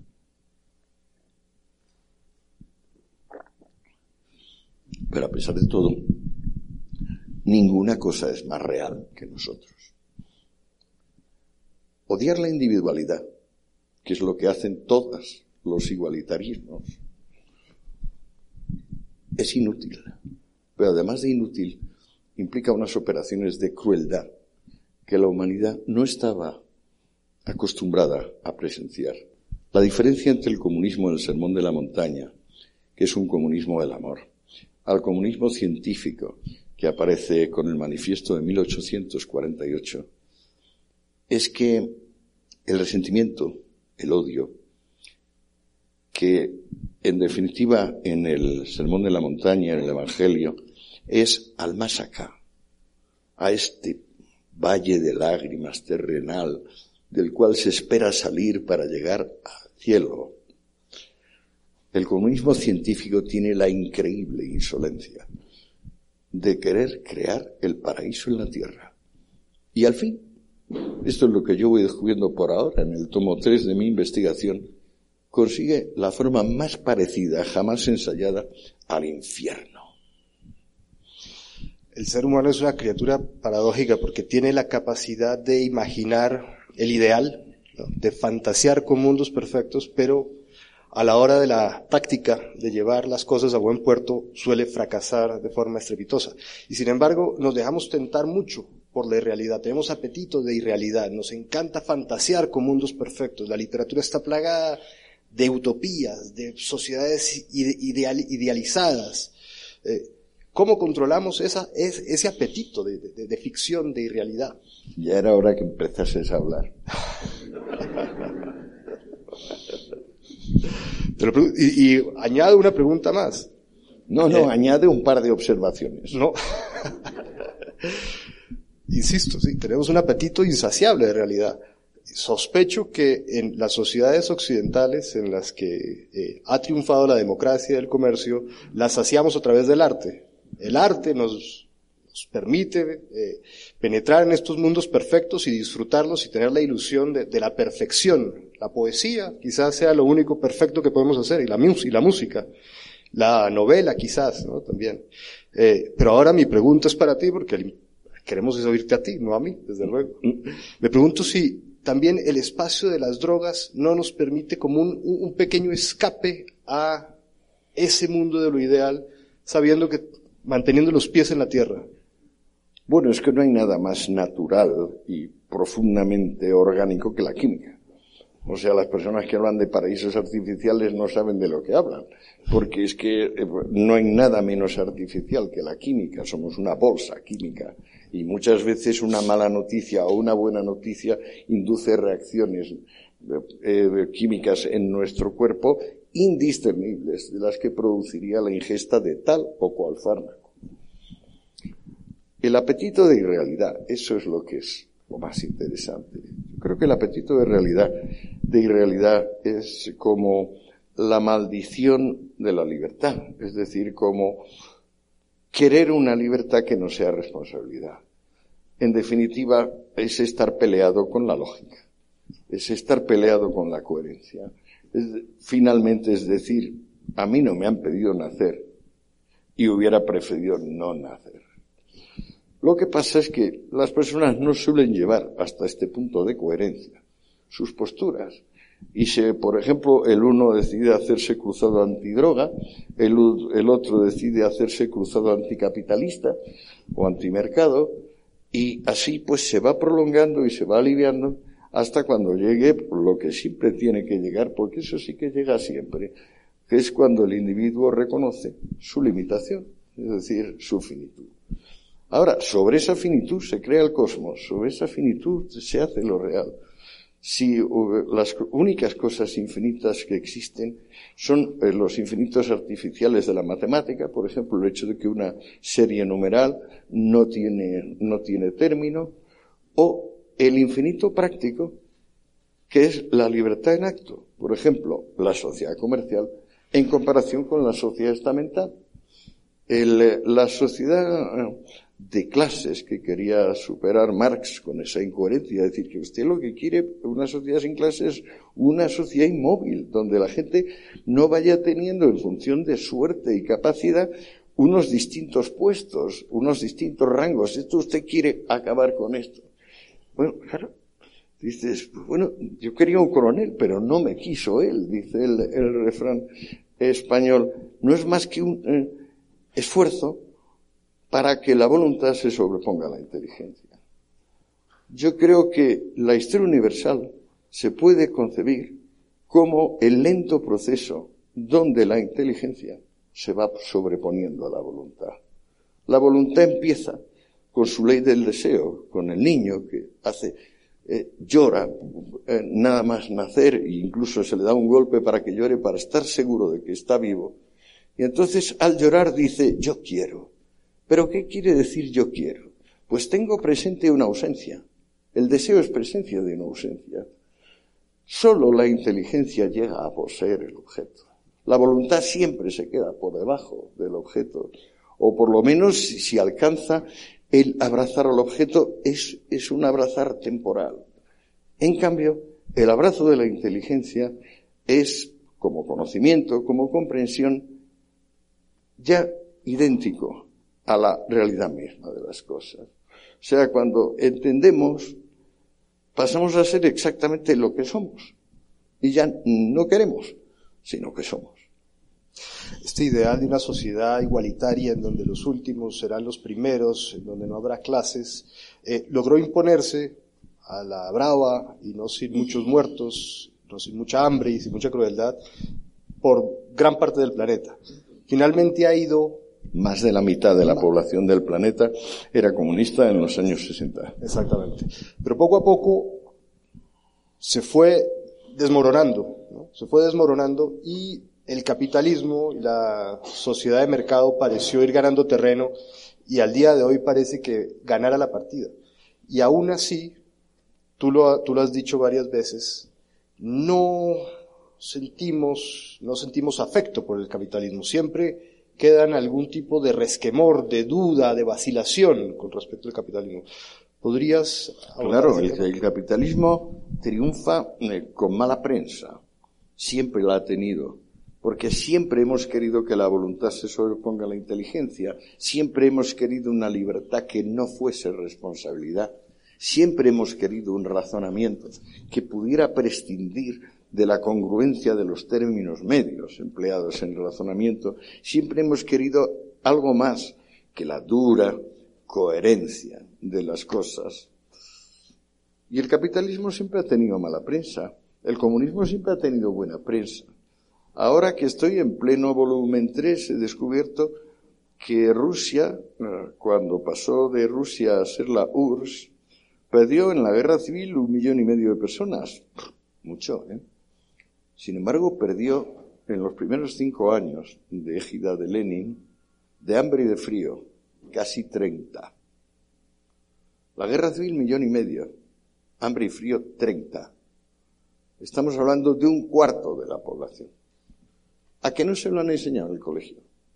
Pero a pesar de todo, ninguna cosa es más real que nosotros. odiar la individualidad, que es lo que hacen todos los igualitarismos, es inútil. Pero además de inútil, implica unas operaciones de crueldad que la humanidad no estaba acostumbrada a presenciar. La diferencia entre el comunismo del Sermón de la Montaña, que es un comunismo del amor, al comunismo científico, que aparece con el manifiesto de 1848, es que el resentimiento, el odio, que en definitiva en el Sermón de la Montaña, en el Evangelio, es al más acá, a este valle de lágrimas terrenal del cual se espera salir para llegar al cielo. El comunismo científico tiene la increíble insolencia de querer crear el paraíso en la tierra. Y al fin, esto es lo que yo voy descubriendo por ahora en el tomo 3 de mi investigación, consigue la forma más parecida, jamás ensayada, al infierno. El ser humano es una criatura paradójica porque tiene la capacidad de imaginar el ideal, ¿no?, de fantasear con mundos perfectos, pero a la hora de la práctica, de llevar las cosas a buen puerto, suele fracasar de forma estrepitosa. Y sin embargo, nos dejamos tentar mucho por la irrealidad. Tenemos apetito de irrealidad. Nos encanta fantasear con mundos perfectos. La literatura está plagada de utopías, de sociedades idealizadas. ¿Cómo controlamos ese apetito de ficción, de irrealidad? Ya era hora que empezases a hablar. Y añado una pregunta más. No, añade un par de observaciones. No. Insisto, sí, tenemos un apetito insaciable de realidad. Sospecho que en las sociedades occidentales en las que ha triunfado la democracia y el comercio, las saciamos a través del arte. El arte nos permite penetrar en estos mundos perfectos y disfrutarlos y tener la ilusión de la perfección. La poesía quizás sea lo único perfecto que podemos hacer, y la música. La novela quizás, ¿no?, también. Pero ahora mi pregunta es para ti, porque queremos oírte a ti, no a mí, desde luego. Me pregunto si también el espacio de las drogas no nos permite como un pequeño escape a ese mundo de lo ideal, sabiendo que manteniendo los pies en la tierra. Bueno, es que no hay nada más natural y profundamente orgánico que la química. O sea, las personas que hablan de paraísos artificiales no saben de lo que hablan, porque es que no hay nada menos artificial que la química. Somos una bolsa química y muchas veces una mala noticia o una buena noticia induce reacciones químicas en nuestro cuerpo indiscernibles de las que produciría la ingesta de tal o cual fármaco. El apetito de irrealidad, eso es lo que es lo más interesante. Creo que el apetito de irrealidad es como la maldición de la libertad, es decir, como querer una libertad que no sea responsabilidad. En definitiva, es estar peleado con la lógica, es estar peleado con la coherencia. Finalmente, es decir, a mí no me han pedido nacer y hubiera preferido no nacer. Lo que pasa es que las personas no suelen llevar hasta este punto de coherencia sus posturas. Y si, por ejemplo, el uno decide hacerse cruzado antidroga, el otro decide hacerse cruzado anticapitalista o antimercado, y así pues se va prolongando y se va aliviando hasta cuando llegue lo que siempre tiene que llegar, porque eso sí que llega siempre, que es cuando el individuo reconoce su limitación, es decir, su finitud. Ahora, sobre esa finitud se crea el cosmos, sobre esa finitud se hace lo real. Si las únicas cosas infinitas que existen son los infinitos artificiales de la matemática, por ejemplo, el hecho de que una serie numeral no tiene término, o el infinito práctico, que es la libertad en acto. Por ejemplo, la sociedad comercial en comparación con la sociedad estamental. La sociedad de clases que quería superar Marx con esa incoherencia, es decir, que usted lo que quiere, una sociedad sin clases, una sociedad inmóvil, donde la gente no vaya teniendo en función de suerte y capacidad unos distintos puestos, unos distintos rangos. Esto usted quiere acabar con esto. Bueno, claro, Dices, pues bueno, yo quería un coronel, pero no me quiso él, dice el refrán español. No es más que un esfuerzo para que la voluntad se sobreponga a la inteligencia. Yo creo que la historia universal se puede concebir como el lento proceso donde la inteligencia se va sobreponiendo a la voluntad. La voluntad empieza con su ley del deseo, con el niño que llora nada más nacer e incluso se le da un golpe para que llore para estar seguro de que está vivo. Y entonces al llorar dice, yo quiero. ¿Pero qué quiere decir yo quiero? Pues tengo presente una ausencia. El deseo es presencia de una ausencia. Solo la inteligencia llega a poseer el objeto. La voluntad siempre se queda por debajo del objeto. O por lo menos si alcanza el abrazar al objeto es un abrazar temporal. En cambio, el abrazo de la inteligencia es, como conocimiento, como comprensión, ya idéntico a la realidad misma de las cosas. O sea, cuando entendemos, pasamos a ser exactamente lo que somos. Y ya no queremos, sino que somos. Este ideal de una sociedad igualitaria en donde los últimos serán los primeros, en donde no habrá clases, logró imponerse a la brava y no sin muchos muertos, no sin mucha hambre y sin mucha crueldad, por gran parte del planeta. Finalmente ha ido... Más de la mitad de la población del planeta era comunista en los años 60. Exactamente. Pero poco a poco se fue desmoronando, ¿no? Se fue desmoronando y el capitalismo y la sociedad de mercado pareció ir ganando terreno y al día de hoy parece que ganara la partida. Y aún así, tú lo has dicho varias veces, no sentimos afecto por el capitalismo. Siempre quedan algún tipo de resquemor, de duda, de vacilación con respecto al capitalismo. ¿Podrías hablar? Claro, el capitalismo triunfa con mala prensa. Siempre la ha tenido. Porque siempre hemos querido que la voluntad se sobreponga a la inteligencia. Siempre hemos querido una libertad que no fuese responsabilidad. Siempre hemos querido un razonamiento que pudiera prescindir de la congruencia de los términos medios empleados en el razonamiento. Siempre hemos querido algo más que la dura coherencia de las cosas. Y el capitalismo siempre ha tenido mala prensa. El comunismo siempre ha tenido buena prensa. Ahora que estoy en pleno volumen 3, he descubierto que Rusia, cuando pasó de Rusia a ser la URSS, perdió en la guerra civil 1,5 millones de personas. Mucho, ¿eh? Sin embargo, perdió en los primeros 5 años de égida de Lenin, de hambre y de frío, casi 30. La guerra civil 1,5 millones, hambre y frío 30. Estamos hablando de 1/4 de la población. ¿A qué no se lo han enseñado en el colegio?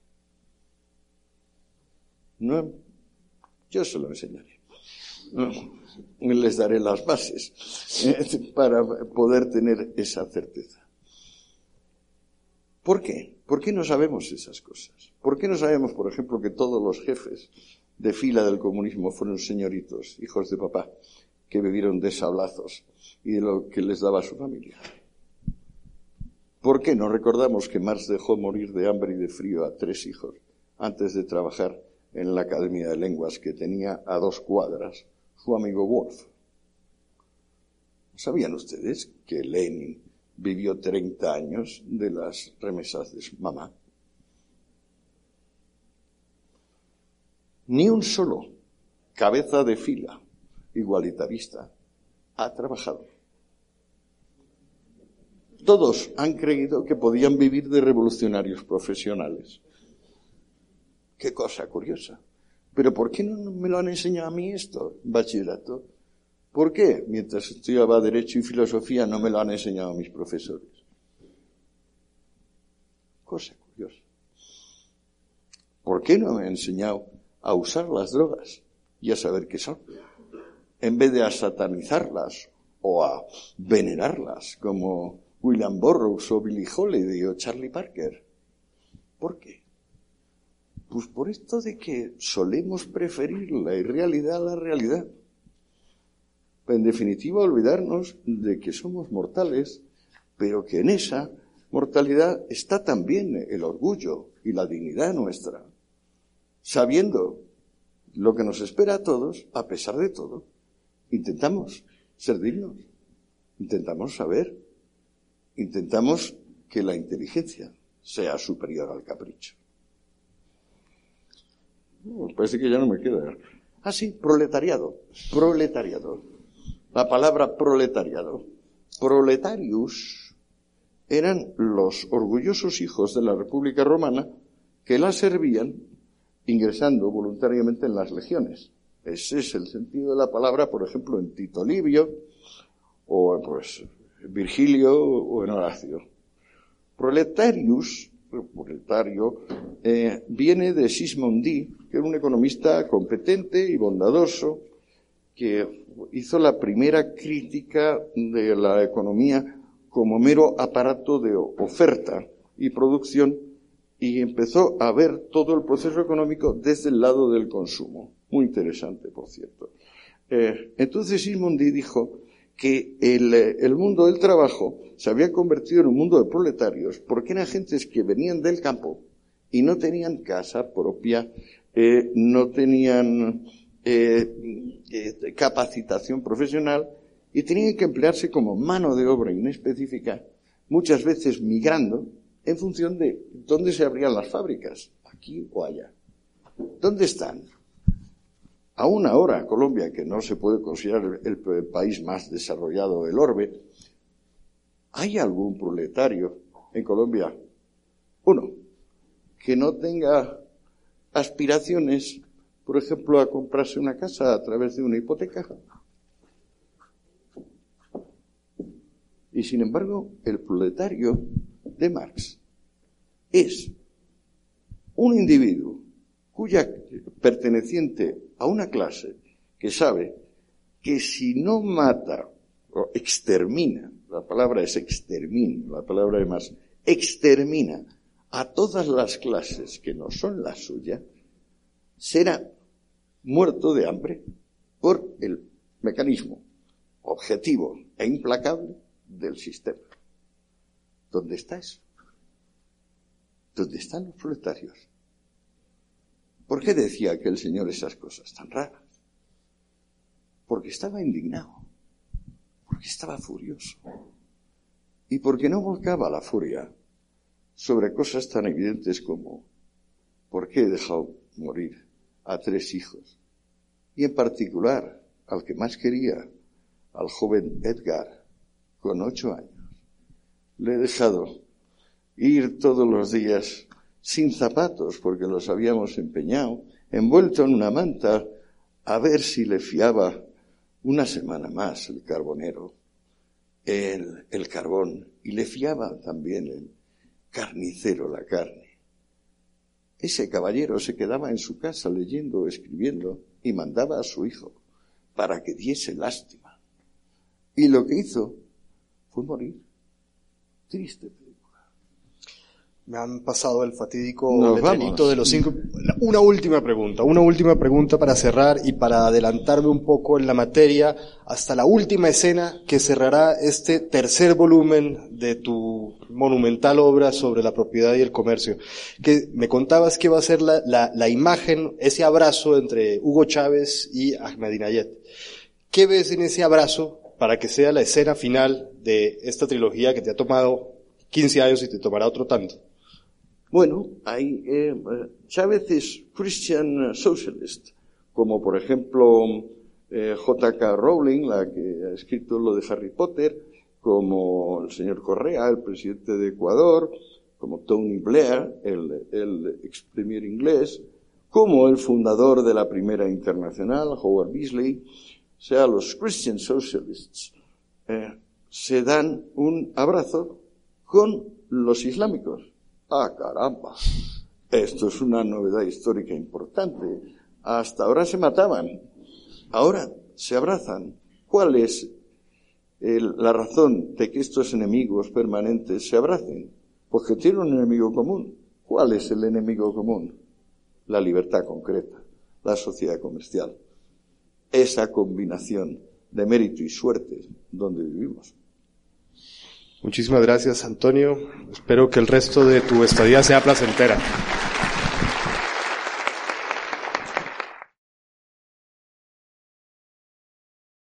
No, yo se lo enseñaré. No, les daré las bases para poder tener esa certeza. ¿Por qué? ¿Por qué no sabemos esas cosas? ¿Por qué no sabemos, por ejemplo, que todos los jefes de fila del comunismo fueron señoritos, hijos de papá, que vivieron de sablazos y de lo que les daba su familia? ¿Por qué no recordamos que Marx dejó morir de hambre y de frío a 3 hijos antes de trabajar en la Academia de Lenguas que tenía a 2 cuadras su amigo Wolf? ¿Sabían ustedes que Lenin vivió 30 años de las remesas de su mamá? Ni un solo cabeza de fila igualitarista ha trabajado. Todos han creído que podían vivir de revolucionarios profesionales. Qué cosa curiosa. Pero ¿por qué no me lo han enseñado a mí esto, bachillerato? ¿Por qué, mientras estudiaba Derecho y Filosofía, no me lo han enseñado a mis profesores? Cosa curiosa. ¿Por qué no me han enseñado a usar las drogas y a saber qué son, en vez de a satanizarlas o a venerarlas como William Burroughs o Billie Holiday o Charlie Parker? ¿Por qué? Pues por esto de que solemos preferir la irrealidad a la realidad. En definitiva, olvidarnos de que somos mortales, pero que en esa mortalidad está también el orgullo y la dignidad nuestra, sabiendo lo que nos espera a todos, a pesar de todo. Intentamos ser dignos, intentamos saber, intentamos que la inteligencia sea superior al capricho. Parece que ya no me queda. Ah, sí, proletariado. La palabra proletariado. Proletarius eran los orgullosos hijos de la República Romana que la servían ingresando voluntariamente en las legiones. Ese es el sentido de la palabra, por ejemplo, en Tito Livio, o pues Virgilio, o en Horacio. Proletario, viene de Sismondi, que era un economista competente y bondadoso, que hizo la primera crítica de la economía como mero aparato de oferta y producción, y empezó a ver todo el proceso económico desde el lado del consumo. Muy interesante, por cierto. Entonces Sismondi dijo que el mundo del trabajo se había convertido en un mundo de proletarios porque eran gentes que venían del campo y no tenían casa propia, no tenían capacitación profesional y tenían que emplearse como mano de obra inespecífica, muchas veces migrando en función de dónde se abrían las fábricas, aquí o allá. ¿Dónde están? Aún ahora, Colombia, que no se puede considerar el país más desarrollado del orbe, ¿hay algún proletario en Colombia? Uno, que no tenga aspiraciones, por ejemplo, a comprarse una casa a través de una hipoteca. Y sin embargo, el proletario de Marx es un individuo perteneciente a una clase que sabe que si no mata o extermina, la palabra es exterminio, la palabra además extermina a todas las clases que no son la suya, será muerto de hambre por el mecanismo objetivo e implacable del sistema. ¿Dónde está eso? ¿Dónde están los proletarios? ¿Por qué decía aquel señor esas cosas tan raras? Porque estaba indignado, porque estaba furioso y porque no volcaba la furia sobre cosas tan evidentes como ¿por qué he dejado morir a 3 hijos? Y en particular al que más quería, al joven Edgar, con 8 años. Le he dejado ir todos los días sin zapatos, porque los habíamos empeñado, envuelto en una manta, a ver si le fiaba una semana más el carbonero, el carbón, y le fiaba también el carnicero la carne. Ese caballero se quedaba en su casa leyendo, escribiendo, y mandaba a su hijo para que diese lástima. Y lo que hizo fue morir. Triste. Me han pasado el fatídico Nos letrerito vamos. de los 5. Una última pregunta para cerrar y para adelantarme un poco en la materia hasta la última escena que cerrará este tercer volumen de tu monumental obra sobre la propiedad y el comercio. Que me contabas que va a ser la imagen, ese abrazo entre Hugo Chávez y Ahmadinejad. ¿Qué ves en ese abrazo para que sea la escena final de esta trilogía que te ha tomado 15 años y te tomará otro tanto? Bueno, hay Chávez es Christian Socialist, como por ejemplo J.K. Rowling, la que ha escrito lo de Harry Potter, como el señor Correa, el presidente de Ecuador, como Tony Blair, el ex premier inglés, como el fundador de la Primera Internacional, Howard Beazley. O sea, los Christian Socialists se dan un abrazo con los islámicos. ¡Ah, caramba! Esto es una novedad histórica importante. Hasta ahora se mataban, ahora se abrazan. ¿Cuál es la razón de que estos enemigos permanentes se abracen? Pues que tienen un enemigo común. ¿Cuál es el enemigo común? La libertad concreta, la sociedad comercial. Esa combinación de mérito y suerte donde vivimos. Muchísimas gracias, Antonio. Espero que el resto de tu estadía sea placentera.